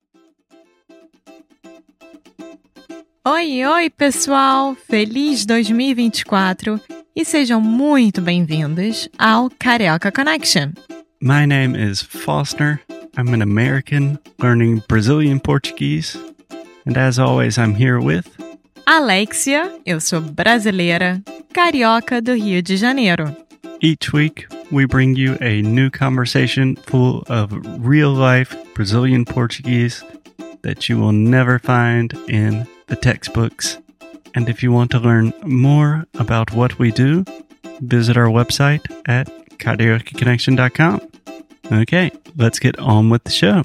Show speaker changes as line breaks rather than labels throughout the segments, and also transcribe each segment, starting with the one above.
Oi, pessoal! Feliz 2024 e sejam muito bem-vindos ao Carioca Connection.
My name is Foster. I'm an American learning Brazilian Portuguese. And as always, I'm here with...
Alexia, eu sou brasileira, carioca do Rio de Janeiro.
Each week, we bring you a new conversation full of real-life Brazilian Portuguese that you will never find in the textbooks. And if you want to learn more about what we do, visit our website at cariocaconnection.com. Okay, let's get on with the show.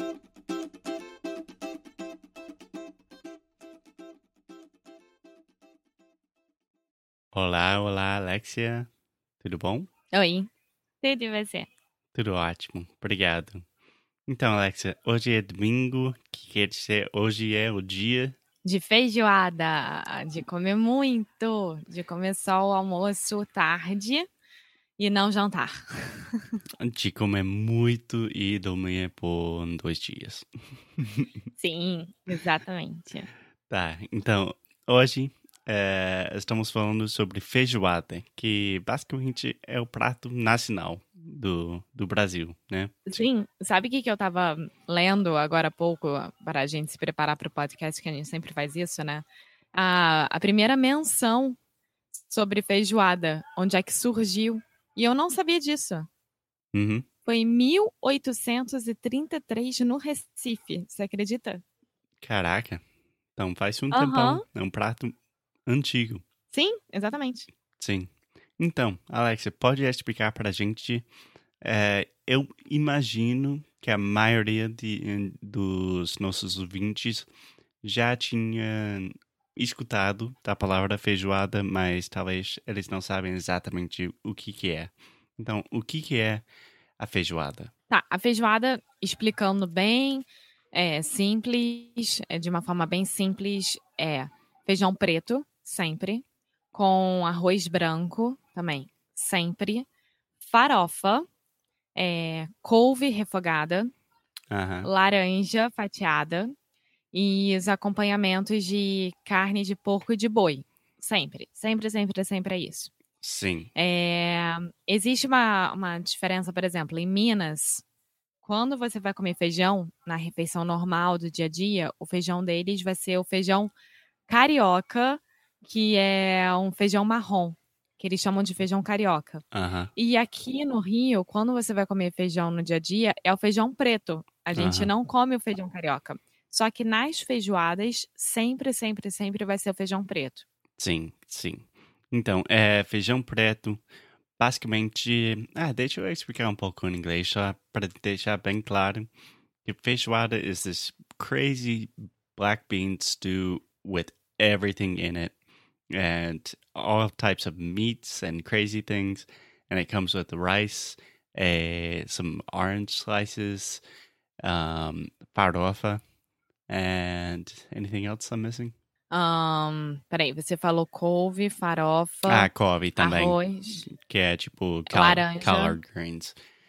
Olá, Alexia. Tudo bom?
Oi, tudo e você?
Tudo ótimo, obrigado. Então, Alexia, hoje é domingo, que quer dizer hoje é o dia...
De feijoada, de comer muito, de comer só o almoço tarde e não jantar.
De comer muito e dormir por 2 dias.
Sim, exatamente.
Tá, então, hoje estamos falando sobre feijoada, que basicamente é o prato nacional do Brasil, né?
Sim, sabe o que eu tava lendo agora há pouco, para a gente se preparar para o podcast, que a gente sempre faz isso, né? A primeira menção sobre feijoada, onde é que surgiu, e eu não sabia disso.
Uhum.
Foi em 1833 no Recife, você acredita?
Caraca, então faz um tempão, é um prato antigo.
Sim, exatamente.
Sim. Então, Alexia, pode explicar pra gente... eu imagino que a maioria dos nossos ouvintes já tinha escutado da palavra feijoada, mas talvez eles não sabem exatamente o que é. Então, o que é a feijoada?
Tá, a feijoada, explicando bem, simples, de uma forma bem simples, é feijão preto, sempre, com arroz branco também, sempre, farofa, couve refogada, laranja fatiada e os acompanhamentos de carne de porco e de boi. Sempre, sempre, sempre, sempre é isso.
Sim.
Existe uma diferença, por exemplo, em Minas, quando você vai comer feijão, na refeição normal do dia a dia, o feijão deles vai ser o feijão carioca, que é um feijão marrom, que eles chamam de feijão carioca. E aqui no Rio, quando você vai comer feijão no dia a dia, é o feijão preto. A gente não come o feijão carioca. Só que nas feijoadas, sempre, sempre, sempre vai ser o feijão preto.
Sim, sim. Então, feijão preto, basicamente... deixa eu explicar um pouco em inglês, só para deixar bem claro. Que feijoada is this crazy black bean stew with everything in it. And all types of meats and crazy things. And it comes with rice, some orange slices, farofa, and anything else I'm missing?
Peraí, você falou couve, farofa,
couve também.
arroz,
que é tipo
laranja.
collard greens.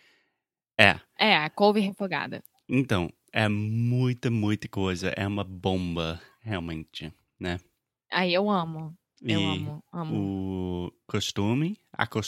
A couve refogada.
Então, é muita, muita coisa. É uma bomba, realmente, né?
Aí eu amo. Eu
amo. O costume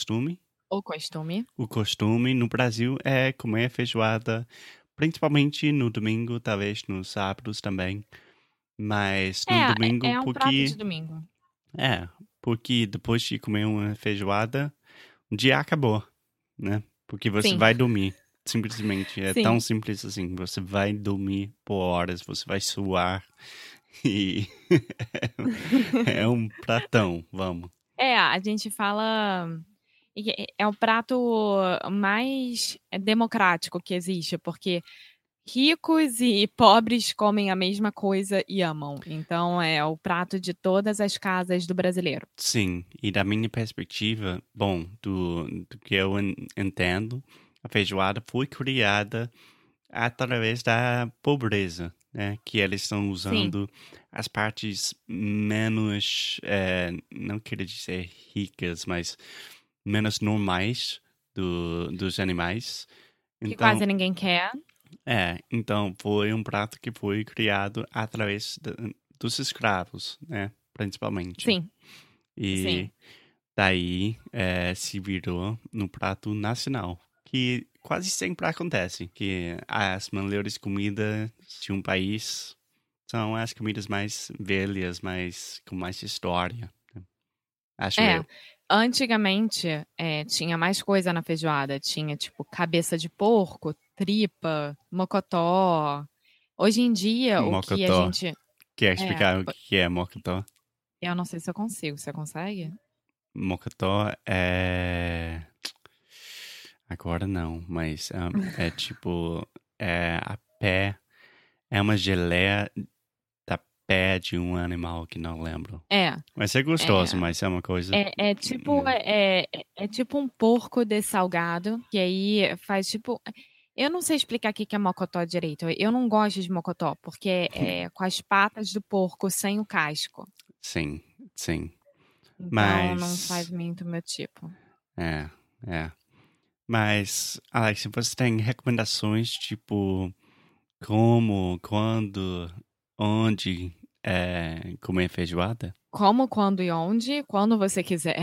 no Brasil é comer feijoada, principalmente no domingo, talvez nos sábados também. Mas no domingo,
é um prato de domingo.
Porque depois de comer uma feijoada, o dia acabou, né? Porque você vai dormir, simplesmente. É tão simples assim. Você vai dormir por horas, você vai suar e é um pratão, vamos.
A gente fala... É o prato mais democrático que existe, porque ricos e pobres comem a mesma coisa e amam. Então, é o prato de todas as casas do brasileiro.
Sim, e da minha perspectiva, bom, do que eu entendo, a feijoada foi criada através da pobreza, né? Que eles estão usando as partes menos, não quero dizer ricas, mas menos normais dos animais.
Que quase ninguém quer.
Então foi um prato que foi criado através dos escravos, né? Principalmente.
Sim,
E
sim.
daí se virou no prato nacional, que quase sempre acontece, que as melhores comidas de um país são as comidas mais velhas, com mais história, né? Acho
É,
eu.
antigamente, tinha mais coisa na feijoada, tinha, tipo, cabeça de porco, tripa, mocotó. Hoje em dia, o que a
Mocotó.
gente
Quer
é,
explicar o que é mocotó?
eu não sei se eu consigo, você consegue?
Mocotó é... Agora não, mas é tipo... a pé... É uma geleia da pé de um animal que não lembro.
É,
Mas é gostoso,
é.
mas é uma coisa...
É tipo um porco dessalgado, que aí faz tipo. Eu não sei explicar o que que é mocotó direito. Eu não gosto de mocotó, porque é com as patas do porco sem o casco.
Sim, sim.
Então não faz
Mas...
muito meu tipo.
É, é. Mas, Alex, você tem recomendações, tipo... Como, quando, onde comer feijoada?
Como, quando e onde? Quando você quiser.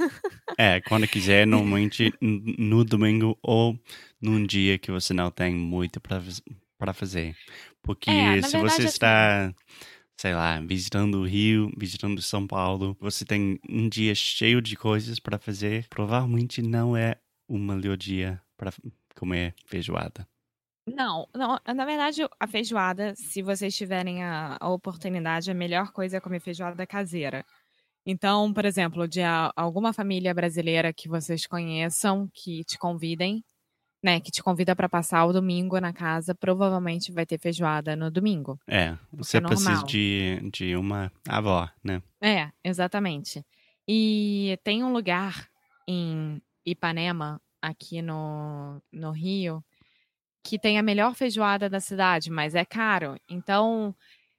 Quando quiser, normalmente no domingo ou num dia que você não tem muito para fazer.
É,
Porque
na
se você
verdade, assim.
está, sei lá, visitando o Rio, visitando São Paulo, você tem um dia cheio de coisas para fazer, provavelmente não é o melhor dia para comer feijoada.
Não, não, na verdade, a feijoada, se vocês tiverem a oportunidade, a melhor coisa é comer feijoada caseira. Então, por exemplo, de alguma família brasileira que vocês conheçam, que te convidem, né, que te convida para passar o domingo na casa, provavelmente vai ter feijoada no domingo, porque é
Você precisa
normal.
de uma avó, né?
É, exatamente. E tem um lugar em Ipanema, aqui no Rio, que tem a melhor feijoada da cidade, mas é caro. Então,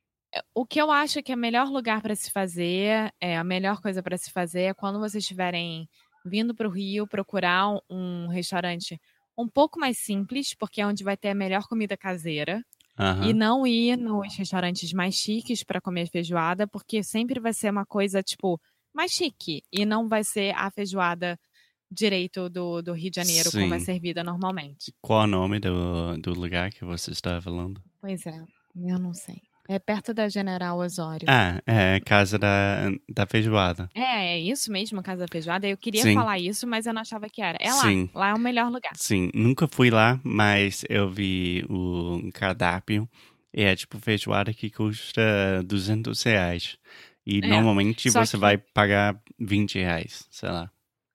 o que eu acho que é o melhor lugar para se fazer, a melhor coisa para se fazer é quando vocês estiverem vindo para o Rio, procurar um restaurante um pouco mais simples, porque é onde vai ter a melhor comida caseira, e
Aham.
não ir nos restaurantes mais chiques para comer feijoada, porque sempre vai ser uma coisa, tipo, mais chique, e não vai ser a feijoada direito do Rio de Janeiro, como é
Sim.
servida normalmente.
Qual é o nome do lugar que você está falando?
Pois é, eu não sei. É perto da General Osório.
É Casa da Feijoada.
É isso mesmo, Casa da Feijoada. Eu queria
Sim,
falar isso, mas eu não achava que era. É lá.
sim,
Lá é o melhor lugar.
sim. Nunca fui lá, mas eu vi o cardápio. E é tipo feijoada que custa R$ 200. E
É.
normalmente
Só
você vai
que
pagar R$ 20, sei lá.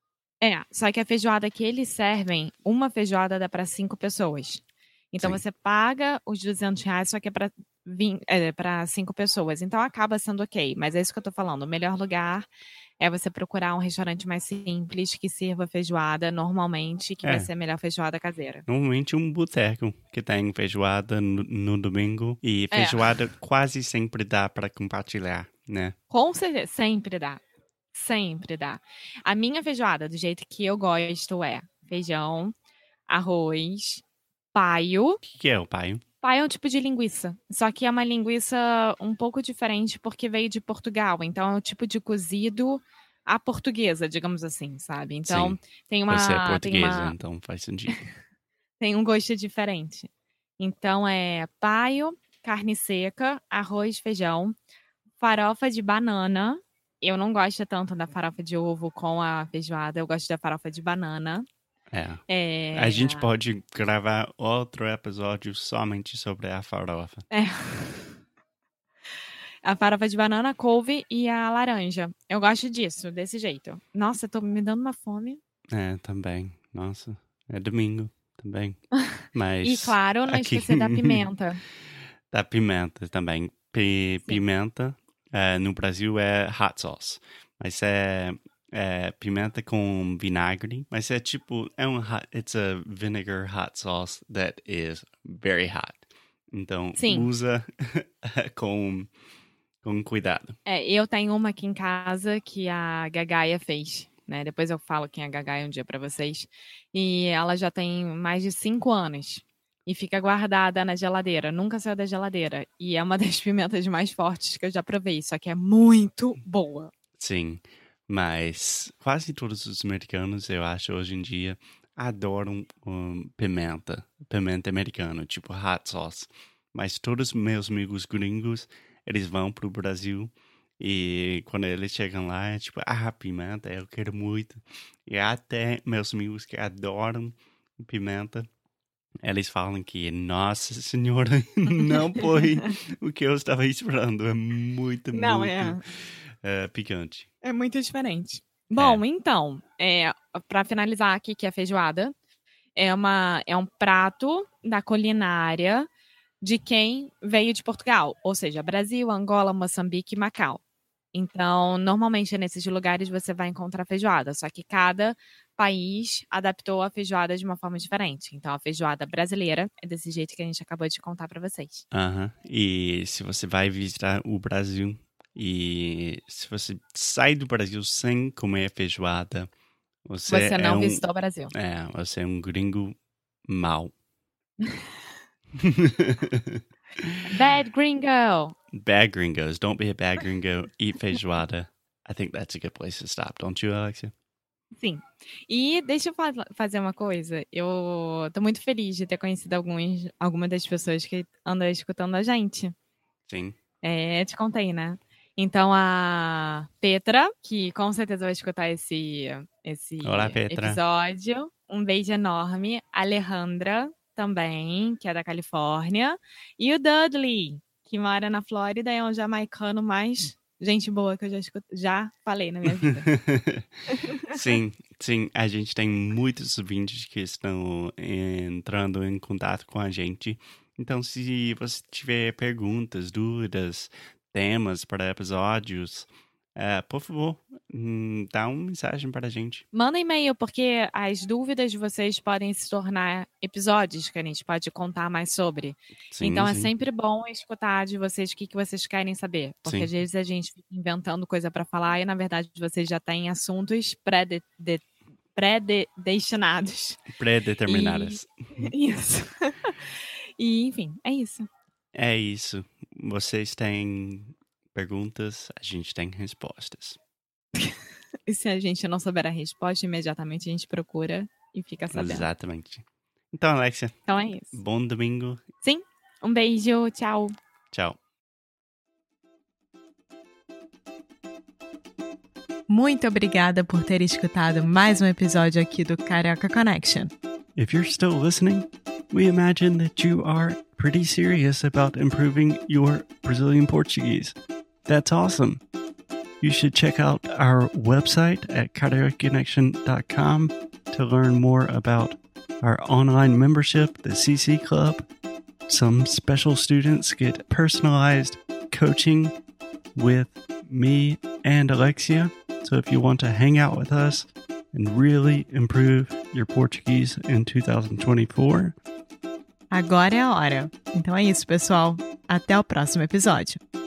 só que a feijoada que eles servem, uma feijoada dá para 5 pessoas. Então
Sim.
você paga os R$ 200, só que é para 5 pessoas. Então acaba sendo ok. Mas é isso que eu tô falando. O melhor lugar é você procurar um restaurante mais simples que sirva feijoada normalmente, que vai
É,
ser a melhor feijoada caseira.
normalmente um boteco que tem feijoada no domingo. E
É.
feijoada quase sempre dá para compartilhar, né?
Com certeza, sempre dá. Sempre dá. A minha feijoada, do jeito que eu gosto, é feijão, arroz, paio.
O que é o paio?
Paio é um tipo de linguiça. Só que é uma linguiça um pouco diferente porque veio de Portugal. Então é um tipo de cozido à portuguesa, digamos assim, sabe?
Sim.
Então tem
Você é
uma, tem
portuguesa,
uma,
então faz sentido.
tem um gosto diferente. Então é paio, carne seca, arroz, feijão, farofa de banana. Eu não gosto tanto da farofa de ovo com a feijoada, eu gosto da farofa de banana.
É. A
É,
gente pode gravar outro episódio somente sobre a farofa.
é, a farofa de banana, couve e a laranja. Eu gosto disso, desse jeito. Nossa, tô me dando uma fome.
Também. Nossa, é domingo também.
E
Mas
claro, não
aqui
esquecer da pimenta.
da pimenta também.
Sim.
Pimenta no Brasil é hot sauce, mas é pimenta com vinagre, mas é tipo it's a vinegar hot sauce that is very hot. Então
Sim.
usa com cuidado.
Eu tenho uma aqui em casa que a Gagaia fez, né? Depois eu falo quem é a Gagaia um dia pra vocês. E ela já tem mais de 5 anos. e fica guardada na geladeira. Nunca saiu da geladeira. E é uma das pimentas mais fortes que eu já provei. Só que é muito boa.
Sim, mas quase todos os americanos, eu acho, hoje em dia, adoram pimenta americana, tipo hot sauce. Mas todos os meus amigos gringos, eles vão pro Brasil e quando eles chegam lá, é tipo, pimenta, eu quero muito. E até meus amigos que adoram pimenta, eles falam que, nossa senhora, não foi o que eu estava esperando. É muito picante.
É muito diferente. Bom, então, para finalizar aqui, que é a feijoada, é um prato da culinária de quem veio de Portugal, ou seja, Brasil, Angola, Moçambique e Macau. Então, normalmente nesses lugares você vai encontrar feijoada, só que cada país adaptou a feijoada de uma forma diferente. Então, a feijoada brasileira é desse jeito que a gente acabou de contar para vocês.
E se você vai visitar o Brasil e se você sai do Brasil sem comer feijoada, você
não visitou o Brasil.
Você é um gringo mau.
Bad gringo.
Bad gringos. Don't be a bad gringo. Eat feijoada. I think that's a good place to stop. Don't you, Alexia?
Sim. E deixa eu fazer uma coisa. Eu tô muito feliz de ter conhecido algumas das pessoas que andam escutando a gente.
Sim.
Te contei, né? Então, a Petra, que com certeza vai escutar esse
Olá, Petra.
episódio. Um beijo enorme. A Alejandra também, que é da Califórnia. E o Dudley, que mora na Flórida, é um jamaicano mais gente boa que eu já falei na minha vida.
Sim. A gente tem muitos ouvintes que estão entrando em contato com a gente. Então, se você tiver perguntas, dúvidas, temas para episódios, por favor, dá uma mensagem para a gente.
Manda e-mail, porque as dúvidas de vocês podem se tornar episódios que a gente pode contar mais sobre. Então é sempre bom escutar de vocês o que vocês querem saber. Porque às vezes a gente fica inventando coisa para falar e na verdade vocês já têm assuntos predestinados.
Predeterminadas.
Isso. E enfim, é isso.
É isso. Vocês têm perguntas, a gente tem respostas.
E se a gente não souber a resposta, imediatamente a gente procura e fica sabendo.
Exatamente. Então, Alexia.
Então é isso.
Bom domingo.
Sim. Um beijo. Tchau.
Tchau.
Muito obrigada por ter escutado mais um episódio aqui do Carioca Connection.
If you're still listening, we imagine that you are pretty serious about improving your Brazilian Portuguese. That's awesome. You should check out our website at cariocaconnection.com to learn more about our online membership, the CC Club. Some special students get personalized coaching with me and Alexia. So if you want to hang out with us and really improve your Portuguese in 2024.
Agora é a hora. Então é isso, pessoal. Até o próximo episódio.